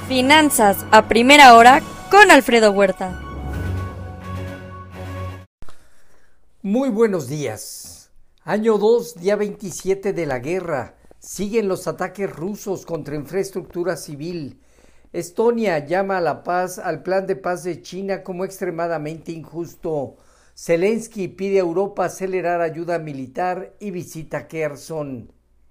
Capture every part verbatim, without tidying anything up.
Finanzas a primera hora con Alfredo Huerta. Muy buenos días. Año dos, día veintisiete de la guerra. Siguen los ataques rusos contra infraestructura civil. Estonia llama a la paz al plan de paz de China como extremadamente injusto. Zelensky pide a Europa acelerar ayuda militar y visita Kherson.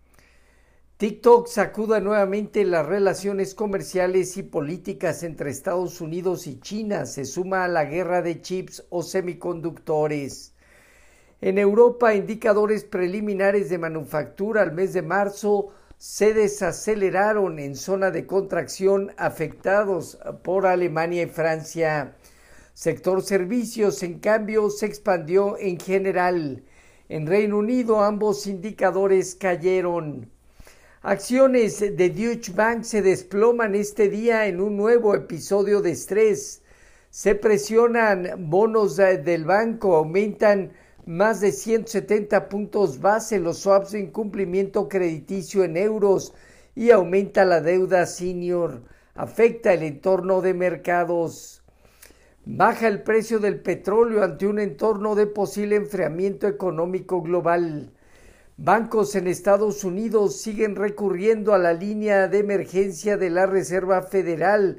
TikTok sacuda nuevamente las relaciones comerciales y políticas entre Estados Unidos y China. Se suma a la guerra de chips o semiconductores. En Europa, indicadores preliminares de manufactura al mes de marzo se desaceleraron en zona de contracción afectados por Alemania y Francia. Sector servicios, en cambio, se expandió en general. En Reino Unido, ambos indicadores cayeron. Acciones de Deutsche Bank se desploman este día en un nuevo episodio de estrés. Se presionan bonos del banco, aumentan más de ciento setenta puntos base los swaps de incumplimiento crediticio en euros y aumenta la deuda senior. Afecta el entorno de mercados. Baja el precio del petróleo ante un entorno de posible enfriamiento económico global. Bancos en Estados Unidos siguen recurriendo a la línea de emergencia de la Reserva Federal.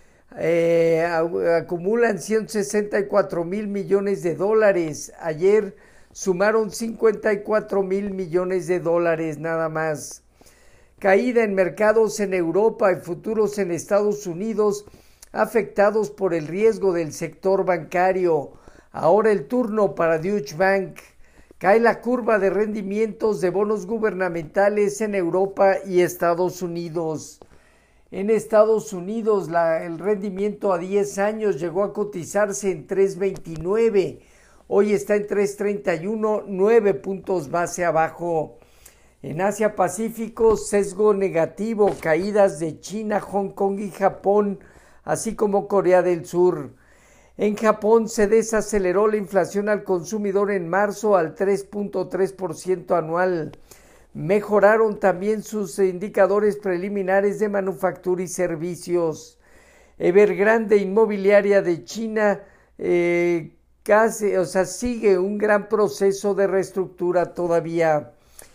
Eh, acumulan ciento sesenta y cuatro mil millones de dólares. Ayer sumaron cincuenta y cuatro mil millones de dólares nada más. Caída en mercados en Europa y futuros en Estados Unidos afectados por el riesgo del sector bancario. Ahora el turno para Deutsche Bank. Cae la curva de rendimientos de bonos gubernamentales en Europa y Estados Unidos. En Estados Unidos la, el rendimiento a diez años llegó a cotizarse en tres veintinueve. Hoy está en tres treinta y uno, nueve puntos base abajo. En Asia Pacífico, sesgo negativo, caídas de China, Hong Kong y Japón, así como Corea del Sur. En Japón se desaceleró la inflación al consumidor en marzo al tres punto tres por ciento anual. Mejoraron también sus indicadores preliminares de manufactura y servicios. Evergrande Inmobiliaria de China eh, casi, o sea, sigue un gran proceso de reestructura todavía.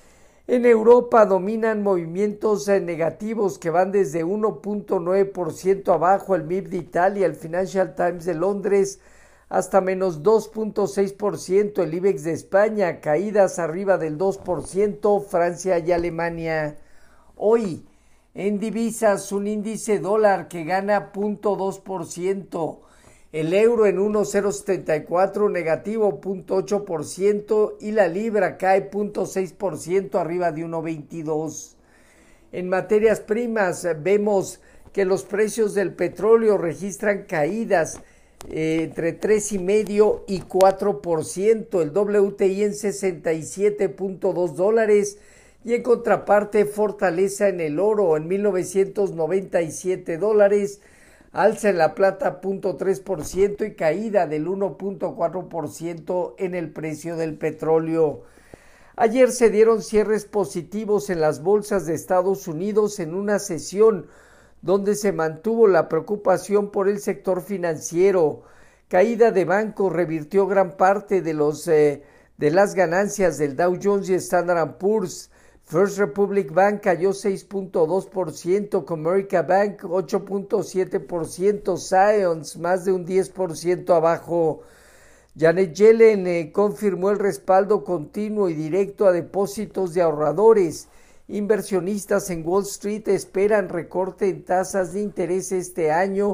En Europa dominan movimientos negativos que van desde uno punto nueve por ciento abajo el M I B de Italia, el Financial Times de Londres, hasta menos dos punto seis por ciento el IBEX de España, caídas arriba del dos por ciento Francia y Alemania. Hoy, en divisas, un índice dólar que gana cero punto dos por ciento, el euro en uno punto cero setenta y cuatro, negativo cero punto ocho por ciento y la libra cae cero punto seis por ciento arriba de uno punto veintidós. En materias primas vemos que los precios del petróleo registran caídas eh, entre tres coma cinco y cuatro por ciento, el W T I en sesenta y siete punto dos dólares y en contraparte fortaleza en el oro en mil novecientos noventa y siete dólares, alza en la plata cero punto tres por ciento y caída del uno punto cuatro por ciento en el precio del petróleo. Ayer se dieron cierres positivos en las bolsas de Estados Unidos en una sesión donde se mantuvo la preocupación por el sector financiero. Caída de bancos revirtió gran parte de, los, eh, de las ganancias del Dow Jones y Standard and Poor's. First Republic Bank cayó seis punto dos por ciento, Comerica Bank ocho punto siete por ciento, Zions más de un diez por ciento abajo. Janet Yellen eh, confirmó el respaldo continuo y directo a depósitos de ahorradores. Inversionistas en Wall Street esperan recorte en tasas de interés este año,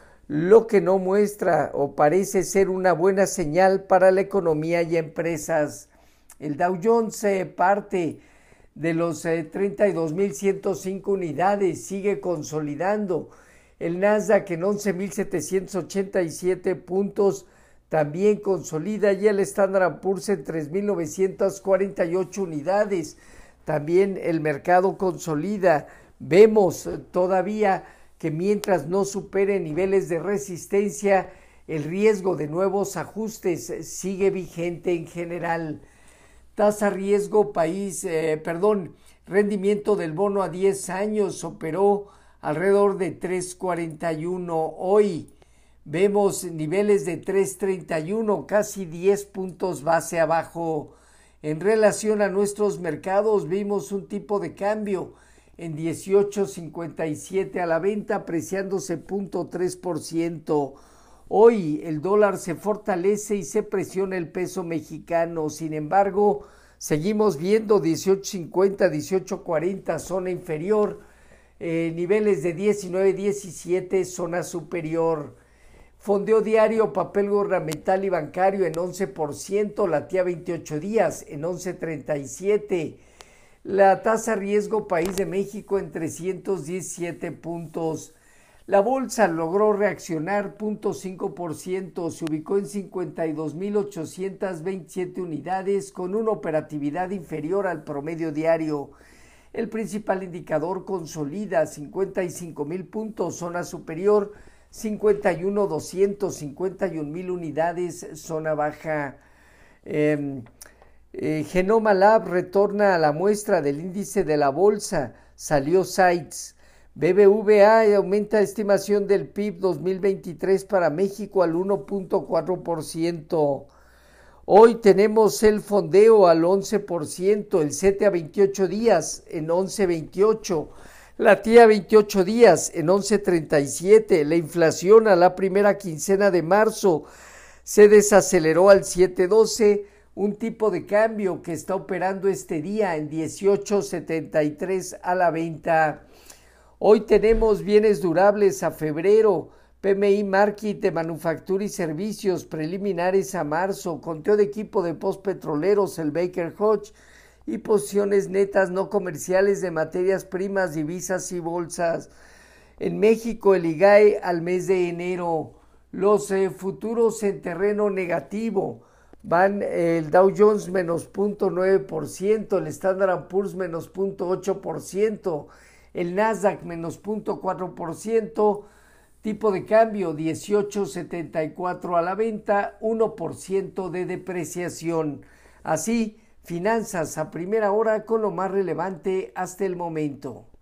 lo que no muestra o parece ser una buena señal para la economía y empresas. El Dow Jones eh, parte de los eh, treinta y dos mil ciento cinco unidades, sigue consolidando. El Nasdaq en once mil setecientos ochenta y siete puntos también consolida y el Standard and Poor's en tres mil novecientas cuarenta y ocho unidades. También el mercado consolida. Vemos todavía que mientras no supere niveles de resistencia, el riesgo de nuevos ajustes sigue vigente en general. Tasa riesgo país, eh, perdón, rendimiento del bono a diez años operó alrededor de tres cuarenta y uno. Hoy vemos niveles de tres treinta y uno, casi diez puntos base abajo. En relación a nuestros mercados, vimos un tipo de cambio en dieciocho cincuenta y siete a la venta, apreciándose cero punto tres por ciento. Hoy el dólar se fortalece y se presiona el peso mexicano. Sin embargo, seguimos viendo dieciocho cincuenta, dieciocho cuarenta, zona inferior, eh, niveles de diecinueve diecisiete, zona superior. Fondeo diario, papel gubernamental y bancario en once por ciento, la T I A veintiocho días en once treinta y siete. La tasa riesgo país de México en trescientos diecisiete puntos. La bolsa logró reaccionar cero punto cinco por ciento, se ubicó en cincuenta y dos mil ochocientas veintisiete unidades con una operatividad inferior al promedio diario. El principal indicador consolida cincuenta y cinco mil puntos, zona superior, cincuenta y uno mil doscientos, cincuenta y un mil unidades, zona baja. Eh, eh, Genoma Lab retorna a la muestra del índice de la bolsa, salió Sites. B B V A aumenta estimación del P I B dos mil veintitrés para México al uno punto cuatro por ciento. Hoy tenemos el fondeo al once por ciento, el C E T E a veintiocho días en once veintiocho, la T I A veintiocho días en once treinta y siete, la inflación a la primera quincena de marzo se desaceleró al siete doce, un tipo de cambio que está operando este día en dieciocho setenta y tres a la venta. Hoy tenemos bienes durables a febrero, P M I Market de manufactura y servicios preliminares a marzo, conteo de equipo de postpetroleros, el Baker Hodge, y posiciones netas no comerciales de materias primas, divisas y bolsas. En México, el I G A E al mes de enero. Los eh, futuros en terreno negativo. Van eh, el Dow Jones menos cero punto nueve por ciento, el Standard and Poor's menos cero punto ocho por ciento, el Nasdaq menos cero punto cuatro por ciento, tipo de cambio dieciocho setenta y cuatro a la venta, uno por ciento de depreciación. Así, finanzas a primera hora con lo más relevante hasta el momento.